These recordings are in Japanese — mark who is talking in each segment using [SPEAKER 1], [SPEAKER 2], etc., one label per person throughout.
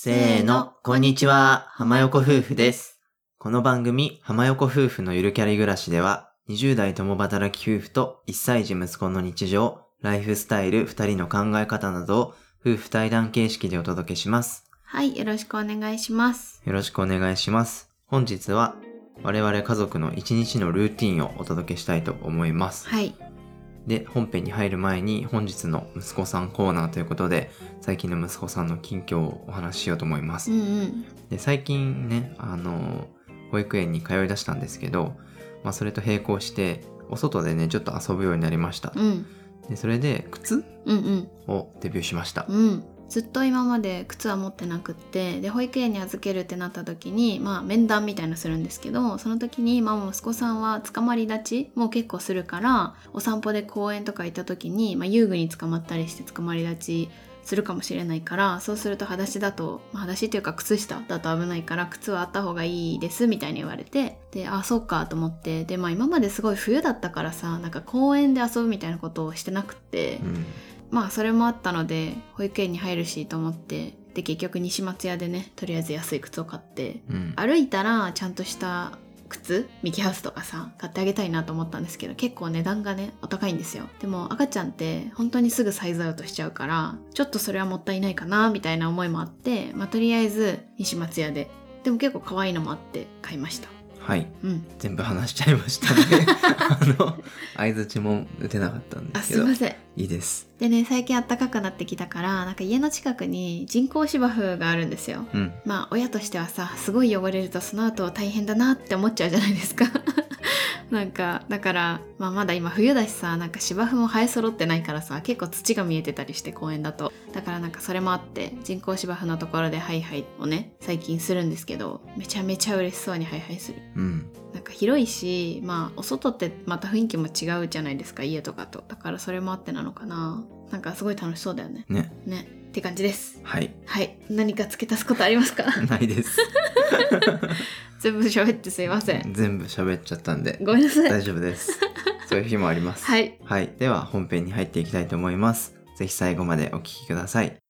[SPEAKER 1] せーの、こんにちは、浜横夫婦です。この番組、浜横夫婦のゆるキャリ暮らしでは、20代共働き夫婦と1歳児息子の日常、ライフスタイル、2人の考え方などを夫婦対談形式でお届けします。
[SPEAKER 2] はい、よろしくお願いします。
[SPEAKER 1] よろしくお願いします。本日は、我々家族の1日のルーティンをお届けしたいと思います。
[SPEAKER 2] はい。
[SPEAKER 1] で、本編に入る前に本日の息子さんコーナーということで、最近の息子さんの近況をお話ししようと思います。で、最近ね、保育園に通い出したんですけど、それと並行して、お外でね、ちょっと遊ぶようになりました。で、それで、靴をデビューしました。
[SPEAKER 2] ずっと今まで靴は持ってなくって、で保育園に預けるってなった時に面談みたいなするんですけど、その時に息子さんは捕まり立ちも結構するから、お散歩で公園とか行った時に、遊具に捕まったりして捕まり立ちするかもしれないから、そうすると裸足だと、裸足っていうか靴下だと危ないから靴はあった方がいいですみたいに言われて、でそうかと思って、で今まですごい冬だったからさ、なんか公園で遊ぶみたいなことをしてなくって、それもあったので保育園に入るしと思って、で結局西松屋でね、とりあえず安い靴を買って、歩いたらちゃんとした靴、ミキハウスとかさ買ってあげたいなと思ったんですけど、結構値段がねお高いんですよ。でも赤ちゃんって本当にすぐサイズアウトしちゃうから、ちょっとそれはもったいないかなみたいな思いもあって、とりあえず西松屋で、でも結構可愛いのもあって買いました。
[SPEAKER 1] はい、全部話しちゃいましたね相槌も打てなかったんですけど、
[SPEAKER 2] すいません。
[SPEAKER 1] いいです。
[SPEAKER 2] でね、最近暖かくなってきたから、なんか家の近くに人工芝生があるんですよ。親としてはさ、すごい汚れるとその後大変だなって思っちゃうじゃないですかなんかだから、まだ今冬だしさ、なんか芝生も生え揃ってないからさ、結構土が見えてたりして、公園だと。だからなんかそれもあって人工芝生のところでハイハイをね最近するんですけど、めちゃめちゃ嬉しそうにハイハイする。なんか広いし、お外ってまた雰囲気も違うじゃないですか、家とかと。だからそれもあってなのかな。なんかすごい楽しそうだよね。ねって感じです。はい。何か付け足すことありますか？
[SPEAKER 1] ないです
[SPEAKER 2] 全部喋ってすいません。
[SPEAKER 1] 全部喋っちゃったんで
[SPEAKER 2] ごめんなさい。
[SPEAKER 1] 大丈夫ですそういう日もありますはい、では本編に入っていきたいと思います。ぜひ最後までお聞きください。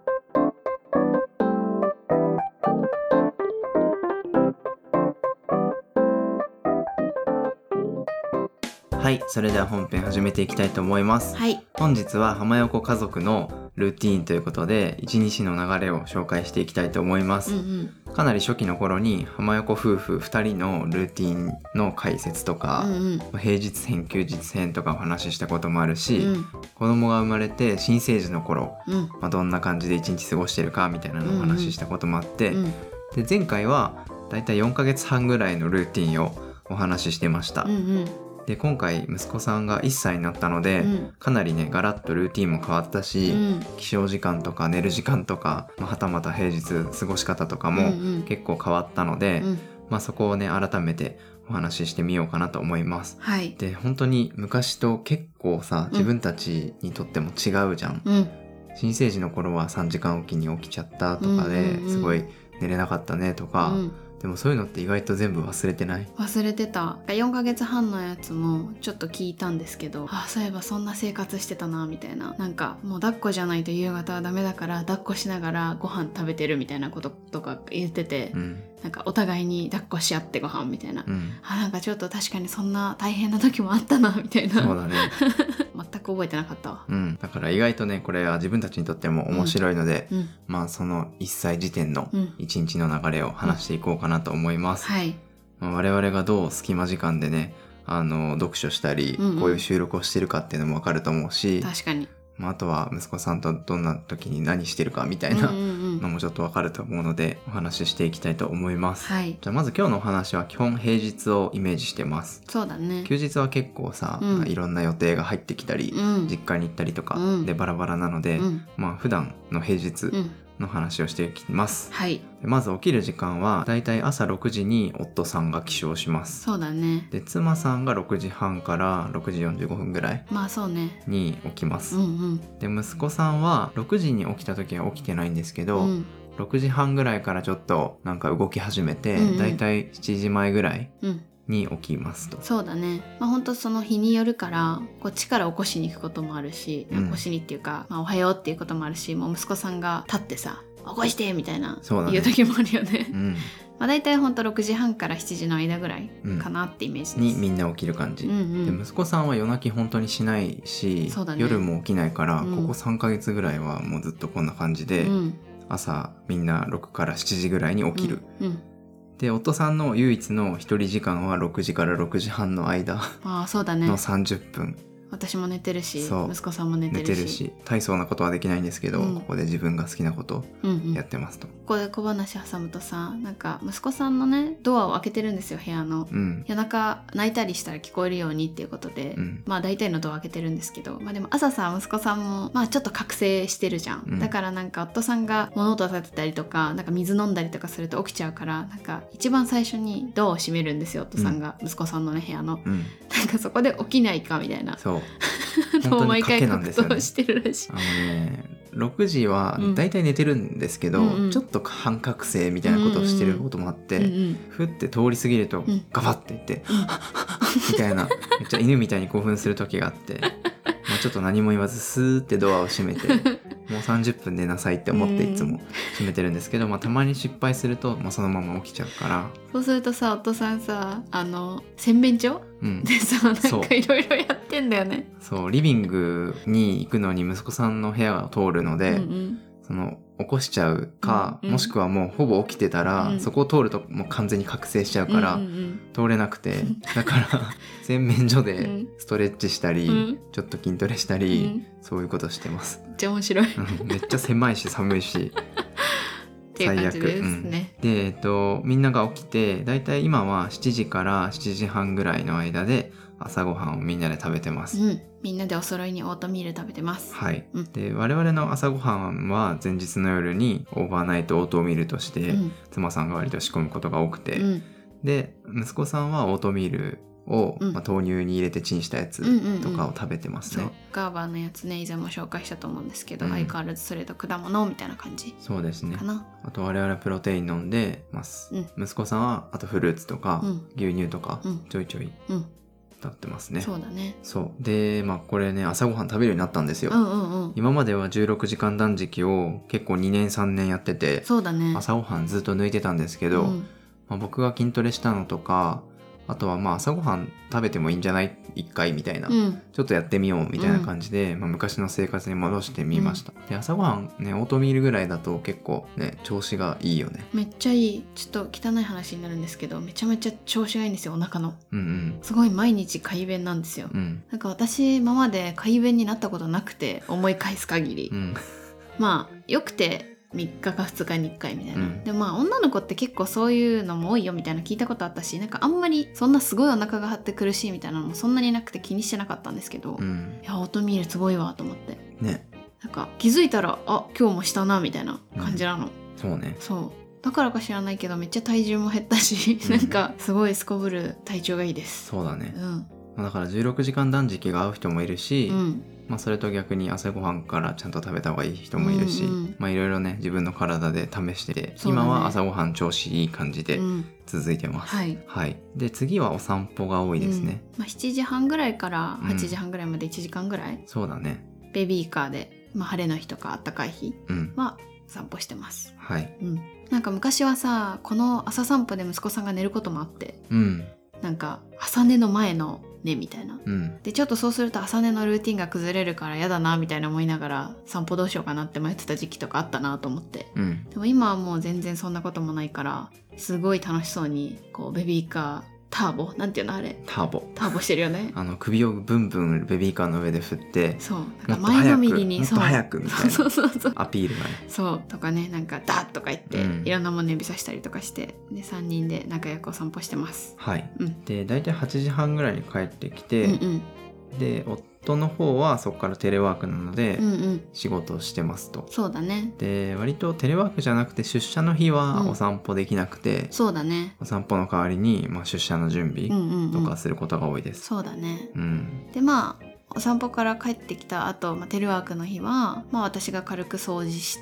[SPEAKER 1] はい、それでは本編始めていきたいと思います。本日は浜横家族のルーティーンということで、一日の流れを紹介していきたいと思います。かなり初期の頃に浜横夫婦2人のルーティーンの解説とか、平日編休日編とかお話ししたこともあるし、子供が生まれて新生児の頃、どんな感じで一日過ごしてるかみたいなのをお話ししたこともあって、で前回はだいたい4ヶ月半ぐらいのルーティーンをお話ししてました。で今回息子さんが1歳になったので、かなりねガラッとルーティンも変わったし、起床時間とか寝る時間とか、はたまた平日過ごし方とかも結構変わったので、そこをね改めてお話ししてみようかなと思います。で本当に昔と結構さ、自分たちにとっても違うじゃん。新生児の頃は3時間おきに起きちゃったとかですごい寝れなかったねとか、でもそういうのって意外と全部忘れてない？
[SPEAKER 2] 忘れてた。4ヶ月半のやつもちょっと聞いたんですけど、そういえばそんな生活してたなみたいな。なんかもう抱っこじゃないと夕方はダメだから抱っこしながらご飯食べてるみたいなこととか言ってて、なんかお互いに抱っこし合ってご飯みたいな、なんかちょっと確かにそんな大変な時もあったなみたいな。
[SPEAKER 1] そうだね
[SPEAKER 2] 全く覚えてなかったわ。
[SPEAKER 1] だから意外とねこれは自分たちにとっても面白いので、その1歳時点の1日の流れを話していこうかなと思います。我々がどう隙間時間でね読書したり、こういう収録をしてるかっていうのも分かると思うし、
[SPEAKER 2] 確かに
[SPEAKER 1] あとは息子さんとどんな時に何してるかみたいなのもちょっとわかると思うので、お話ししていきたいと思います。じゃあまず今日のお話は基本平日をイメージしてます。
[SPEAKER 2] そうだね。
[SPEAKER 1] 休日は結構さ、いろんな予定が入ってきたり、実家に行ったりとかでバラバラなので、普段の平日の話をしていきます。まず起きる時間はだいたい朝6時に夫さんが起床します。
[SPEAKER 2] そうだね。
[SPEAKER 1] で妻さんが6時半から6時45分ぐらい
[SPEAKER 2] そうね
[SPEAKER 1] に起きます。で息子さんは6時に起きた時は起きてないんですけど、6時半ぐらいからちょっとなんか動き始めて、だいたい7時前ぐらいに起きますと。
[SPEAKER 2] そうだね。本当その日によるからこっちから起こしに行くこともあるし、起こしにっていうか、おはようっていうこともあるし、もう息子さんが立ってさ起こしてみたいな
[SPEAKER 1] そうだね
[SPEAKER 2] 言う時もあるよね。
[SPEAKER 1] うん、
[SPEAKER 2] だいたいほんと6時半から7時の間ぐらいかなってイメージです、
[SPEAKER 1] にみんな起きる感じ、で息子さんは夜泣き本当にしないし、ね、夜も起きないから、ここ3ヶ月ぐらいはもうずっとこんな感じで、朝みんな6から7時ぐらいに起きる、で夫さんの唯一の一人時間は6時から6時半の間
[SPEAKER 2] そうだね
[SPEAKER 1] の30分。
[SPEAKER 2] 私も寝てるし息子さんも寝てるし
[SPEAKER 1] 大層なことはできないんですけど、ここで自分が好きなことやってますと、
[SPEAKER 2] ここで小話挟むとさ、なんか息子さんのねドアを開けてるんですよ、部屋の、夜中泣いたりしたら聞こえるようにっていうことで、まあ大体のドア開けてるんですけど、まあでも朝さ息子さんもまあちょっと覚醒してるじゃん、だからなんか夫さんが物音立てたりとかなんか水飲んだりとかすると起きちゃうから、なんか一番最初にドアを閉めるんですよ、夫さんが、息子さんのね部屋の、なんかそこで起きないかみたいな、
[SPEAKER 1] そう
[SPEAKER 2] もう毎回格闘してるらしい。
[SPEAKER 1] 6時はだいたい寝てるんですけど、ちょっと半覚醒みたいなことをしてることもあって、ふって通り過ぎるとガバッていって、みたいなめっちゃ犬みたいに興奮する時があって、まあ、ちょっと何も言わずスーってドアを閉めてもう30分寝なさいって思っていつも閉めてるんですけど、まあ、たまに失敗すると、まあ、そのまま起きちゃうから。
[SPEAKER 2] そうするとさ、夫さんさ洗面所、でさ、なんかいろいろやってんだよね。
[SPEAKER 1] そうリビングに行くのに息子さんの部屋を通るので、その起こしちゃうか、もしくはもうほぼ起きてたら、そこを通るともう完全に覚醒しちゃうから、通れなくて、だから洗面所でストレッチしたり、ちょっと筋トレしたり、そういうことしてます。
[SPEAKER 2] めっちゃ面白い
[SPEAKER 1] めっちゃ狭いし寒いし
[SPEAKER 2] っていう感じですね、
[SPEAKER 1] で、みんなが起きてだいたい今は7時から7時半ぐらいの間で朝ごはんをみんなで食べてます、
[SPEAKER 2] みんなでお揃いにオートミール食べてます。
[SPEAKER 1] はい、で我々の朝ごはんは前日の夜にオーバーナイトオートミールとして、妻さんが割と仕込むことが多くて、で息子さんはオートミールを、豆乳に入れてチンしたやつとかを食べてますね、
[SPEAKER 2] そうガーバーのやつね、以前も紹介したと思うんですけど、相変わらずそれと果物みたいな感じ。
[SPEAKER 1] そうですね。
[SPEAKER 2] かな。
[SPEAKER 1] あと我々プロテイン飲んでます、息子さんはあとフルーツとか、牛乳とか、ちょいちょい食ってますね。
[SPEAKER 2] そうだね。
[SPEAKER 1] そうで、まあこれね朝ごはん食べるようになったんですよ、今までは16時間断食を結構2年3年やってて、
[SPEAKER 2] そうだね、
[SPEAKER 1] 朝ごはんずっと抜いてたんですけど、まあ、僕が筋トレしたのとか、あとはまあ朝ごはん食べてもいいんじゃない一回みたいな、ちょっとやってみようみたいな感じで、まあ、昔の生活に戻してみました、で朝ごはんねオートミールぐらいだと結構ね調子がいいよね。
[SPEAKER 2] めっちゃいい。ちょっと汚い話になるんですけど、めちゃめちゃ調子がいいんですよ、お腹の。すごい毎日快便なんですよ、なんか私今まで快便になったことなくて、思い返す限り、まあよくて3日か2日に1回みたいな、でまあ女の子って結構そういうのも多いよみたいな聞いたことあったし、なんかあんまりそんなすごいお腹が張って苦しいみたいなのもそんなになくて気にしてなかったんですけど、いやオートミールすごいわと思って
[SPEAKER 1] ね、
[SPEAKER 2] なんか気づいたら今日もしたなみたいな感じなの、
[SPEAKER 1] そうね。
[SPEAKER 2] そうだからか知らないけどめっちゃ体重も減ったし、なんかすごいすこぶる体調がいいです。
[SPEAKER 1] そうだね、だから16時間断食が合う人もいるし、まあ、それと逆に朝ごはんからちゃんと食べた方がいい人もいるし、まあいろいろね自分の体で試してて、今は朝ごはん調子いい感じで続いてます、で次はお散歩が多いですね、
[SPEAKER 2] まあ、7時半ぐらいから8時半ぐらいまで1時間ぐらい、
[SPEAKER 1] そうだね、
[SPEAKER 2] ベビーカーで、まあ、晴れの日とかあったかい日は散歩してます、なんか昔はさ、この朝散歩で息子さんが寝ることもあって、なんか朝寝の前の寝みたいな、でちょっとそうすると朝寝のルーティンが崩れるから嫌だなみたいな思いながら散歩どうしようかなって迷ってた時期とかあったなと思って、でも今はもう全然そんなこともないから、すごい楽しそうにこうベビーカーターボなんていうのあれ、
[SPEAKER 1] ターボ
[SPEAKER 2] してるよね。
[SPEAKER 1] 首をブンブンベビーカーの上で振って、
[SPEAKER 2] そうなんか前のめりに
[SPEAKER 1] もっと早くみたいな
[SPEAKER 2] そう
[SPEAKER 1] アピールがね、
[SPEAKER 2] そうとかね、なんかダッとか言って、いろんなもの指さしたりとかして、で3人で仲良くお散歩してます。で大体8時半ぐらいに帰ってきて、で夫の方はそこからテレワークなので仕事をしてますと、 そうだね。
[SPEAKER 1] で割とテレワークじゃなくて出社の日はお散歩できなくて、
[SPEAKER 2] そうだね、
[SPEAKER 1] お散歩の代わりに、まあ、出社の準備とかすることが多いです、
[SPEAKER 2] そうだね、でまあお散歩から帰ってきた後、テレワークの日は、私が軽く掃除して、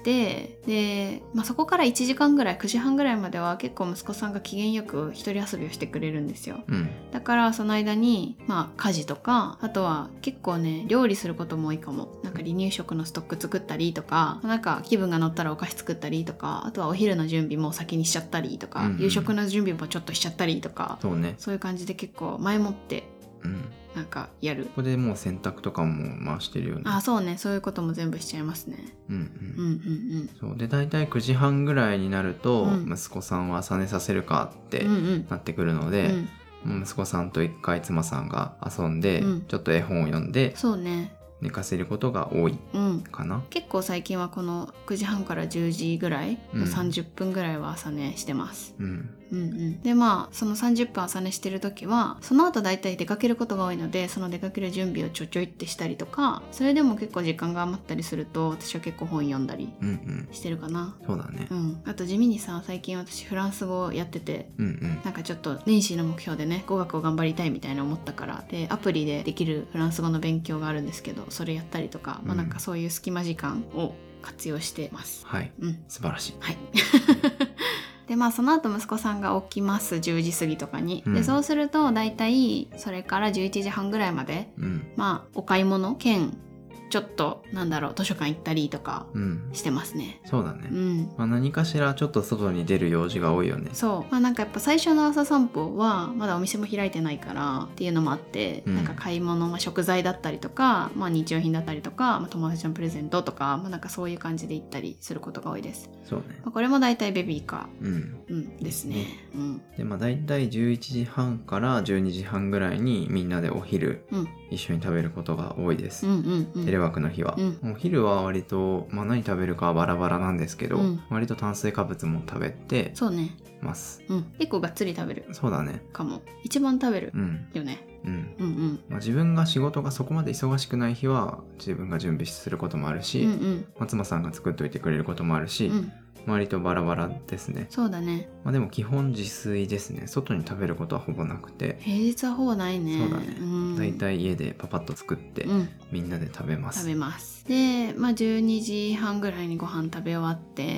[SPEAKER 2] で、そこから1時間ぐらい、9時半ぐらいまでは結構息子さんが機嫌よく一人遊びをしてくれるんですよ、だからその間に家事とか、あとは結構ね料理することも多いかも。なんか離乳食のストック作ったりとか、なんか気分が乗ったらお菓子作ったりとか、あとはお昼の準備も先にしちゃったりとか、夕食の準備もちょっとしちゃったりとか、そういう感じで結構前もってなんかやる。
[SPEAKER 1] ここでもう洗濯とかも回してるよね。
[SPEAKER 2] そうね、そういうことも全部しちゃいますね。
[SPEAKER 1] そうで、だいたい9時半ぐらいになると、息子さんは朝寝させるかってなってくるので、息子さんと一回妻さんが遊んで、ちょっと絵本を読んで、そうね、寝かせることが多いかな、
[SPEAKER 2] 結構最近はこの9時半から10時ぐらいの30分ぐらいは朝寝してます。でその30分朝寝してる時はその後だいたい出かけることが多いので、その出かける準備をちょいってしたりとか、それでも結構時間が余ったりすると私は結構本読んだりしてるかな。
[SPEAKER 1] そうだね。
[SPEAKER 2] あと地味にさ、最近私フランス語をやってて、なんかちょっと年始の目標でね、語学を頑張りたいみたいな思ったから、でアプリでできるフランス語の勉強があるんですけど、それやったりとか、なんかそういう隙間時間を活用してます。
[SPEAKER 1] はい、素晴らしい。
[SPEAKER 2] はいでその後息子さんが起きます、10時過ぎとかに。でそうするとだいたいそれから11時半ぐらいまで、お買い物兼ちょっと図書館行ったりとかしてますね。
[SPEAKER 1] そうだね。何かしらちょっと外に出る用事が多いよね。
[SPEAKER 2] そう、なんかやっぱ最初の朝散歩はまだお店も開いてないからっていうのもあって、なんか買い物、食材だったりとか、日用品だったりとか、友達のプレゼントとか、なんかそういう感じで行ったりすることが多いです。
[SPEAKER 1] そうね。
[SPEAKER 2] これもだいたいベビーカーですね。
[SPEAKER 1] でだいたい11時半から12時半ぐらいにみんなでお昼一緒に食べることが多いです。テレワークの日は、お昼は割と、何食べるかはバラバラなんですけど、割と炭水化物も食べてます。
[SPEAKER 2] 結構がっつり食べる。
[SPEAKER 1] そうだね。
[SPEAKER 2] かも。一番食べるよね。
[SPEAKER 1] 自分が仕事がそこまで忙しくない日は自分が準備することもあるし、妻さんが作っといてくれることもあるし、割とバラバラですね。
[SPEAKER 2] そうだね。
[SPEAKER 1] でも基本自炊ですね。外に食べることはほぼなくて。
[SPEAKER 2] 平日はほぼないね。
[SPEAKER 1] そうだね。だいたい家でパパッと作って、みんなで食べます。
[SPEAKER 2] 食べます。で、12時半ぐらいにご飯食べ終わって、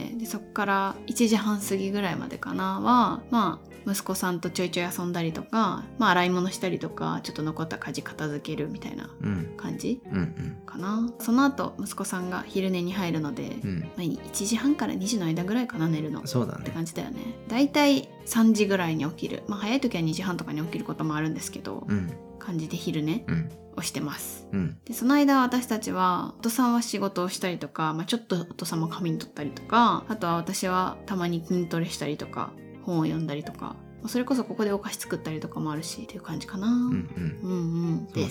[SPEAKER 2] でそこから1時半過ぎぐらいまでかなは、息子さんとちょいちょい遊んだりとか、洗い物したりとか、ちょっと残った家事片付けるみたいな感じかな。その後息子さんが昼寝に入るので、1時半から2時の間ぐらいかな、寝るの。
[SPEAKER 1] そうだね。
[SPEAKER 2] って感じだよね。だいたい3時ぐらいに起きる。早い時は2時半とかに起きることもあるんですけど、感じで昼寝をしてます。でその間私たちは、お父さんは仕事をしたりとか、ちょっとお父さんも仮眠取ったりとか、あとは私はたまに筋トレしたりとか、本を読んだりとか、それこそここでお菓子作ったりとかもあるしっていう感じかな。です。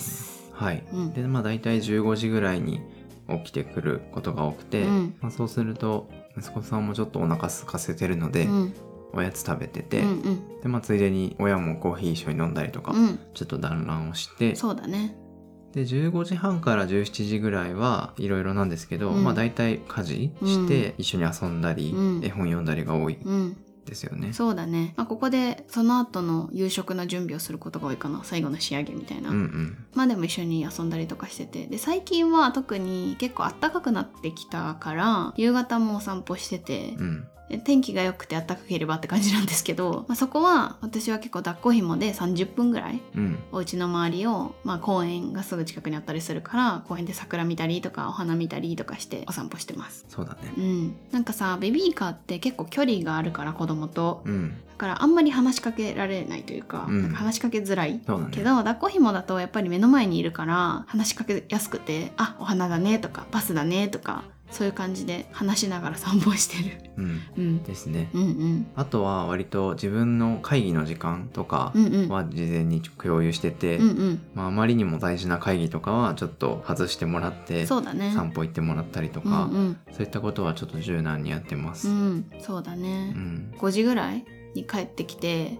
[SPEAKER 1] はい。でだいたい15時ぐらいに起きてくることが多くて、そうすると息子さんもちょっとお腹空かせてるので、おやつ食べてて、でついでに親もコーヒー一緒に飲んだりとか、ちょっと団らんをして、
[SPEAKER 2] そうだね。
[SPEAKER 1] で15時半から17時ぐらいはいろいろなんですけど、だいたい家事して一緒に遊んだり、絵本読んだりが多いですよね。
[SPEAKER 2] そうだね。ここでその後の夕食の準備をすることが多いかな。最後の仕上げみたいな。でも一緒に遊んだりとかしてて、で最近は特に結構暖かくなってきたから夕方もお散歩してて、天気が良くて暖かければって感じなんですけど、そこは私は結構抱っこ紐で30分ぐらい、お家の周りを、公園がすぐ近くにあったりするから、公園で桜見たりとかお花見たりとかしてお散歩してます。
[SPEAKER 1] そうだね。
[SPEAKER 2] なんかさ、ベビーカーって結構距離があるから、子供と、だからあんまり話しかけられないというか、なんか話しかけづらい、けど抱っこ紐だとやっぱり目の前にいるから話しかけやすくて、お花だねとかバスだねとか、そういう感じで話しながら散歩してる。
[SPEAKER 1] ですね。あとは割と自分の会議の時間とかは事前に共有してて、あまりにも大事な会議とかはちょっと外してもらって、散歩行ってもらったりとか、そういったことはちょっと柔軟にやってます。
[SPEAKER 2] そうだね。5時ぐらいに帰ってきて、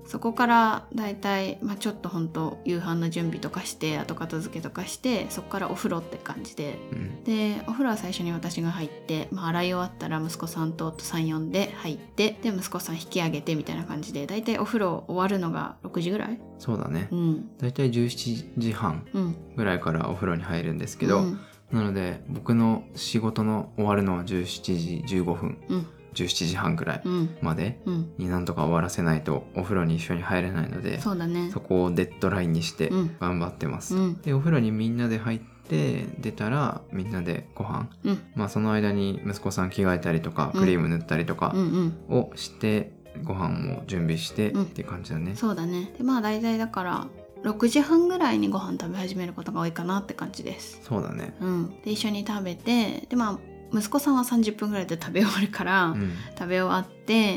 [SPEAKER 2] そこからだいたい、ちょっとほんと夕飯の準備とかして後片付けとかして、そこからお風呂って感じで、でお風呂は最初に私が入って、洗い終わったら息子さんと夫さん呼んで入って、で息子さん引き上げてみたいな感じで、だいたいお風呂終わるのが6時ぐらい。
[SPEAKER 1] そうだね、だいたい17時半ぐらいからお風呂に入るんですけど、なので僕の仕事の終わるのは17時15分、17時半ぐらいまでになんとか終わらせないとお風呂に一緒に入れないので、
[SPEAKER 2] そうだね、
[SPEAKER 1] そこをデッドラインにして頑張ってます、でお風呂にみんなで入って出たらみんなでご飯、その間に息子さん着替えたりとかクリーム塗ったりとかをしてご飯も準備してっていう感じだね、
[SPEAKER 2] そうだね。で大体だから6時半ぐらいにご飯食べ始めることが多いかなって感じです。
[SPEAKER 1] そうだね、
[SPEAKER 2] で一緒に食べて、で息子さんは30分ぐらいで食べ終わるから、食べ終わって、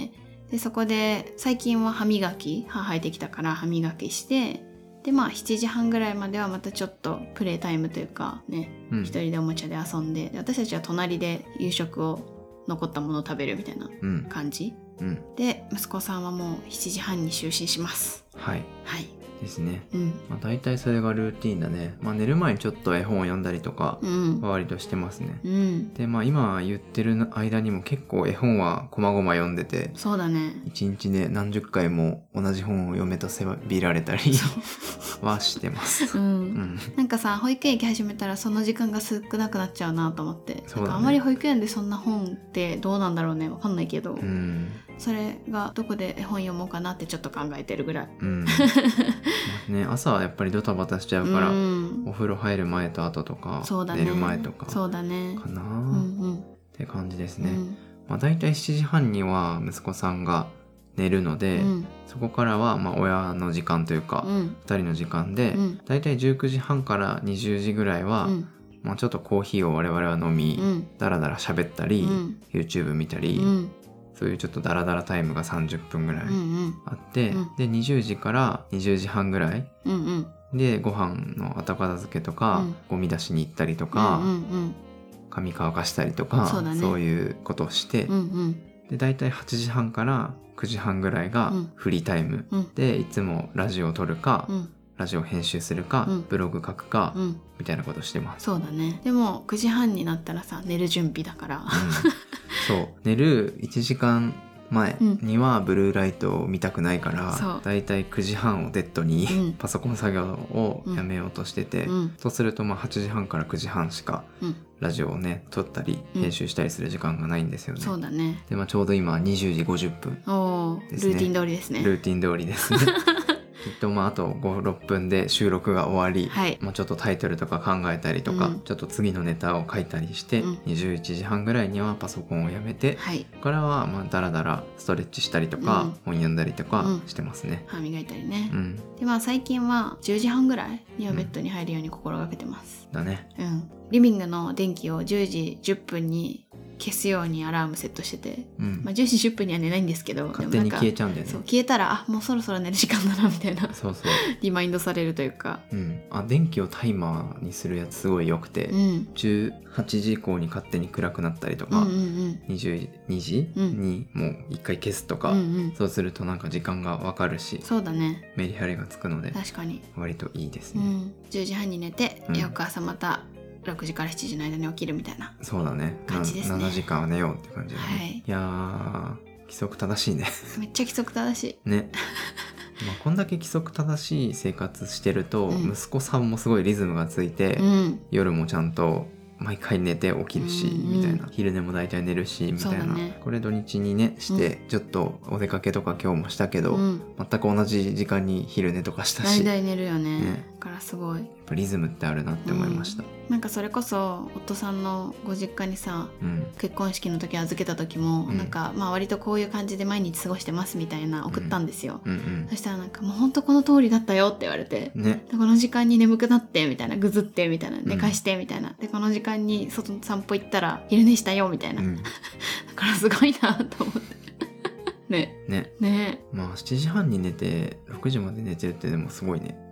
[SPEAKER 2] でそこで最近は歯磨き、歯生えてきたから歯磨きして、で7時半ぐらいまではまたちょっとプレイタイムというかね、一人でおもちゃで遊んで、私たちは隣で夕食を残ったものを食べるみたいな感じ、で息子さんはもう7時半に就寝します。
[SPEAKER 1] はいですね、大体それがルーティーンだね。寝る前にちょっと絵本を読んだりとか割としてますね、で今言ってる間にも結構絵本はこまごま読んでて、
[SPEAKER 2] そうだね、
[SPEAKER 1] 一日ね何十回も同じ本を読めとせびられたりはしてます
[SPEAKER 2] なんかさ、保育園行き始めたらその時間が少なくなっちゃうなと思って、
[SPEAKER 1] そうだね、
[SPEAKER 2] あんまり保育園でそんな本ってどうなんだろうね、わかんないけど、それがどこで絵本読もうかなってちょっと考えてるぐらい、
[SPEAKER 1] 朝はやっぱりドタバタしちゃうから、お風呂入る前と後とか、寝る前とか
[SPEAKER 2] そうだね
[SPEAKER 1] かな、って感じですね、だいたい7時半には息子さんが寝るので、そこからは親の時間というか、2人の時間で、だいたい19時半から20時ぐらいは、ちょっとコーヒーを我々は飲み、だらだら喋ったり、YouTube 見たり、そういうちょっとダラダラタイムが30分ぐらいあって、で20時から20時半ぐらい、でご飯の後片付けとか、ゴミ出しに行ったりとか、髪乾かしたりとか、そういうことをして、でだいたい8時半から9時半ぐらいがフリータイム、でいつもラジオを撮るか、ラジオ編集するか、ブログ書くか、みたいなことしてます。
[SPEAKER 2] そうだね。でも9時半になったらさ、寝る準備だから、
[SPEAKER 1] そう寝る1時間前にはブルーライトを見たくないから、だいたい9時半をデッドに、パソコン作業をやめようとしてて、そうすると8時半から9時半しかラジオをね撮ったり編集したりする時間がないんですよね。そうだね。でちょうど今20時50分ですね。
[SPEAKER 2] ルーティン通りですね。
[SPEAKER 1] ルーティン通りですね。きっとあと 5,6 分で収録が終わり、ちょっとタイトルとか考えたりとか、ちょっと次のネタを書いたりして、21時半ぐらいにはパソコンをやめて、ここからはだらだらストレッチしたりとか、本読んだりとかしてますね。
[SPEAKER 2] 歯磨いたりね、で最近は10時半ぐらいにはベッドに入るように心がけてます、
[SPEAKER 1] だね。
[SPEAKER 2] リビングの電気を10時10分に消すようにアラームセットしてて、10時10分には寝ないんですけど、
[SPEAKER 1] 勝手に消えちゃうんだよね。
[SPEAKER 2] そう消えたらもうそろそろ寝る時間だなみたいなリマインドされるというか、
[SPEAKER 1] 電気をタイマーにするやつすごいよくて、18時以降に勝手に暗くなったりとか、22時にもう一回消すとか、そうすると時間が分かるし、
[SPEAKER 2] そうだね、
[SPEAKER 1] メリハリがつくので
[SPEAKER 2] 確かに
[SPEAKER 1] 割といいですね。
[SPEAKER 2] 10時半に寝て、翌朝また6時から7時の間に起きるみたいな感じですね。
[SPEAKER 1] 7時間は寝ようって感じだね。いやー規則正しいね。
[SPEAKER 2] めっちゃ規則正しい
[SPEAKER 1] ね。こんだけ規則正しい生活してると、息子さんもすごいリズムがついて、夜もちゃんと毎回寝て起きるし、みたいな、昼寝も大体寝るしみたいな、これ土日にねして、ちょっとお出かけとか今日もしたけど、全く同じ時間に昼寝とかしたし、
[SPEAKER 2] 大体寝るよね。だからすごいやっ
[SPEAKER 1] ぱリズムってあるなって思いました。
[SPEAKER 2] それこそ夫さんのご実家にさ、結婚式の時預けた時も、割とこういう感じで毎日過ごしてますみたいな送ったんですよ、そしたらもうほんとこの通りだったよって言われて、この時間に眠くなってみたいな、ぐずってみたいな、寝かしてみたいな、でこの時間に外散歩行ったら昼寝したよみたいな、だからすごいなと思ってね。7時半に寝て6時まで寝てるってでもすごいね。 いや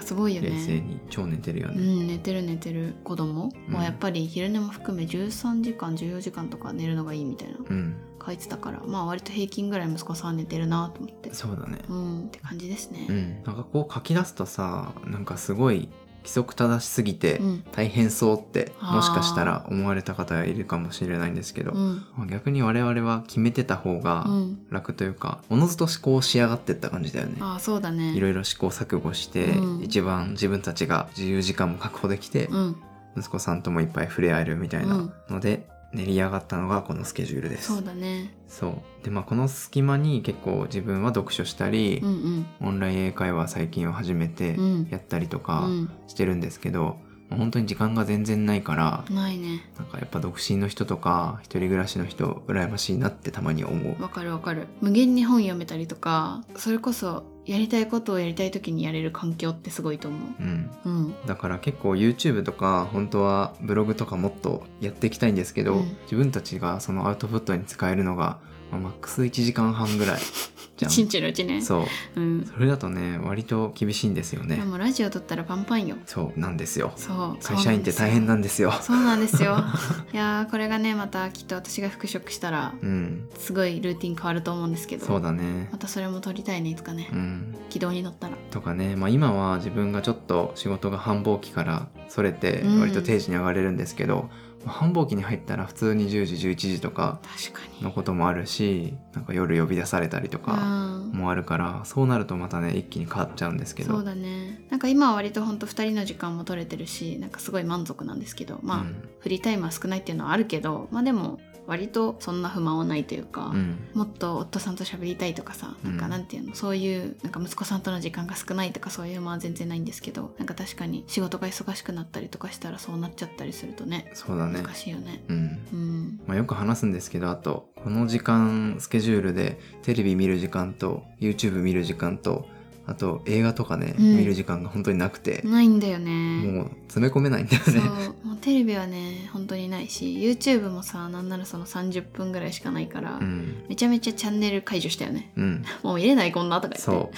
[SPEAKER 2] すごいよね。
[SPEAKER 1] 冷静に超寝てるよね。
[SPEAKER 2] 寝てる子供はやっぱり昼寝も含め13時間14時間とか寝るのがいいみたいな、書いてたから、割と平均ぐらい息子さん寝てるなと思って。
[SPEAKER 1] そうだね。
[SPEAKER 2] って感じですね。
[SPEAKER 1] なんかこう書き出すとさ、なんかすごい規則正しすぎて大変そうってもしかしたら思われた方がいるかもしれないんですけど、逆に我々は決めてた方が楽というか、おのずと思考し上がってった感じだよね。
[SPEAKER 2] そうだね。
[SPEAKER 1] いろいろ試行錯誤して、一番自分たちが自由時間も確保できて、息子さんともいっぱい触れ合えるみたいなので、練り上がったのがこのスケジュールです。
[SPEAKER 2] そうだね。
[SPEAKER 1] そうで、この隙間に結構自分は読書したり、オンライン英会話最近は初めてやったりとかしてるんですけど、本当に時間が全然ないから。
[SPEAKER 2] ないね。
[SPEAKER 1] なんかやっぱ独身の人とか一人暮らしの人羨ましいなってたまに思う。
[SPEAKER 2] わかる。無限に本読めたりとか、それこそやりたいことをやりたい時にやれる環境ってすごいと思う。
[SPEAKER 1] だから結構 YouTube とか本当はブログとかもっとやっていきたいんですけど、自分たちがそのアウトプットに使えるのが、マックス1時間半ぐらいじゃん。
[SPEAKER 2] 1日のうちね。
[SPEAKER 1] そう、それだとね割と厳しいんですよね。
[SPEAKER 2] でもラジオ撮ったらパンパンよ。
[SPEAKER 1] そうなんですよ。
[SPEAKER 2] そう
[SPEAKER 1] 会社員って大変なんですよ。
[SPEAKER 2] そうなんですよ。いやこれがねまたきっと私が復職したら、すごいルーティン変わると思うんですけど。
[SPEAKER 1] そうだね。
[SPEAKER 2] またそれも撮りたいねいつかね、軌道に乗ったら
[SPEAKER 1] とかね。今は自分がちょっと仕事が繁忙期からそれて割と定時に上がれるんですけど、繁忙期に入ったら普通に10時11時とかのこともあるし、なんか夜呼び出されたりとかもあるから、そうなるとまたね一気に変わっちゃうんですけど。
[SPEAKER 2] そうだね。なんか今は割とほんと2人の時間も取れてるし、なんかすごい満足なんですけど、フリータイムは少ないっていうのはあるけど、でも割とそんな不満はないというか、もっと夫さんと喋りたいとかさ、なんかなんていうの、そういうなんか息子さんとの時間が少ないとかそういう全然ないんですけど、なんか確かに仕事が忙しくなったりとかしたらそうなっちゃったりするとね。そうだね。難しいよね。よく話すんですけど、あとこの時間スケジュールでテレビ見る時間と YouTube 見る時間と、あと映画とかね、見る時間が本当になくて。 ないんだよね。
[SPEAKER 1] もう詰め込めないんだよね。
[SPEAKER 2] そうもうテレビはね本当にないし、 YouTube もさ、なんならその30分ぐらいしかないから、めちゃめちゃチャンネル解除したよね。もう見れないこんなとか言って。
[SPEAKER 1] そう、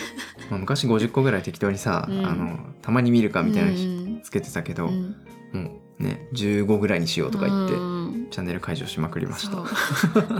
[SPEAKER 1] 昔50個ぐらい適当にさ、たまに見るかみたいなつけてたけど、もうね15ぐらいにしようとか言って、チャンネル解除しまくりました。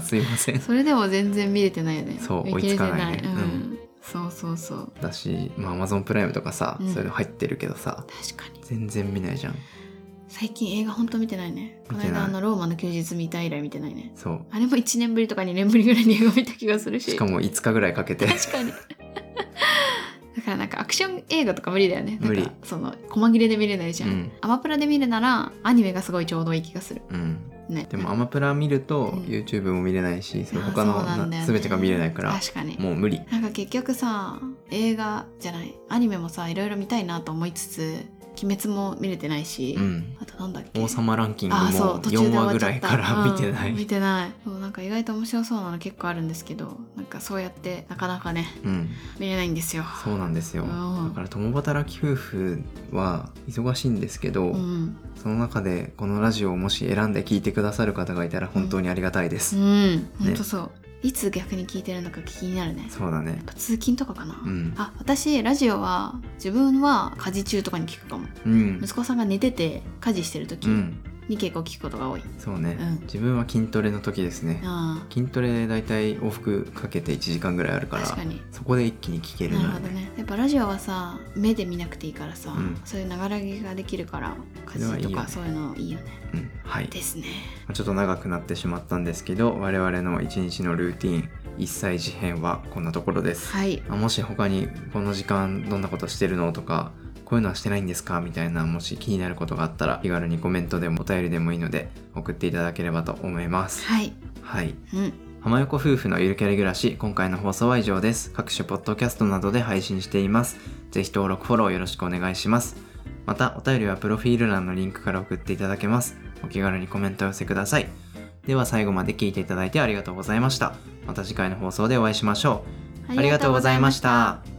[SPEAKER 1] すいません。
[SPEAKER 2] それでも全然見れてないよね。
[SPEAKER 1] そう追いつかないね。
[SPEAKER 2] そう
[SPEAKER 1] だし、Amazon プライムとかさ、そういうの入ってるけどさ、
[SPEAKER 2] 確かに
[SPEAKER 1] 全然見ないじゃん。
[SPEAKER 2] 最近映画ほんと見てないね。この間ローマの休日見た以来見てないね。
[SPEAKER 1] そう、
[SPEAKER 2] あれも1年ぶりとか2年ぶりぐらいに映画見た気がするし
[SPEAKER 1] かも5日ぐらいかけて。
[SPEAKER 2] 確かに。だからなんかアクション映画とか無理だよね。
[SPEAKER 1] 無理。
[SPEAKER 2] その細切れで見れないじゃん。アマプラで見るならアニメがすごいちょうどいい気がする。
[SPEAKER 1] でもアマプラ見ると YouTube も見れないし、その他の全てが見れないから、
[SPEAKER 2] 確かに
[SPEAKER 1] もう無理。
[SPEAKER 2] なんか結局さ、映画じゃないアニメもさ、いろいろ見たいなと思いつつ鬼滅も見れてないし、あとなんだっけ、
[SPEAKER 1] 王様ランキングも4話ぐらいから見てない。
[SPEAKER 2] 見てない。そうなんか意外と面白そうなの結構あるんですけど、なんかそうやってなかなかね、見れないんですよ。
[SPEAKER 1] そうなんですよ。だから共働き夫婦は忙しいんですけど、その中でこのラジオをもし選んで聞いてくださる方がいたら本当にありがたいです。本
[SPEAKER 2] 当そう。いつ逆に聞いてるのか気になるね。
[SPEAKER 1] そうだね。
[SPEAKER 2] やっぱ通勤とかかな。私ラジオは自分は家事中とかに聞くかも。息子さんが寝てて家事してる時に結構聞くことが多い。
[SPEAKER 1] そうね、自分は筋トレの時ですね。筋トレだいたい往復かけて1時間ぐらいあるから、
[SPEAKER 2] 確かに
[SPEAKER 1] そこで一気に聞けるの。
[SPEAKER 2] なるほどね。やっぱラジオはさ、目で見なくていいからさ、そういうながら聞きができるから家事とかそういうのいいよね。はいですね。
[SPEAKER 1] ちょっと長くなってしまったんですけど、我々の一日のルーティン1歳児編はこんなところです。もし他にこの時間どんなことしてるのとか、こういうのはしてないんですかみたいな、もし気になることがあったら気軽にコメントでもお便りでもいいので送っていただければと思います。浜横夫婦のゆるキャリ暮らし、今回の放送は以上です。各種ポッドキャストなどで配信しています。ぜひ登録フォローよろしくお願いします。またお便りはプロフィール欄のリンクから送っていただけます。お気軽にコメントを寄せください。では最後まで聞いていただいてありがとうございました。また次回の放送でお会いしましょう。ありがとうございました。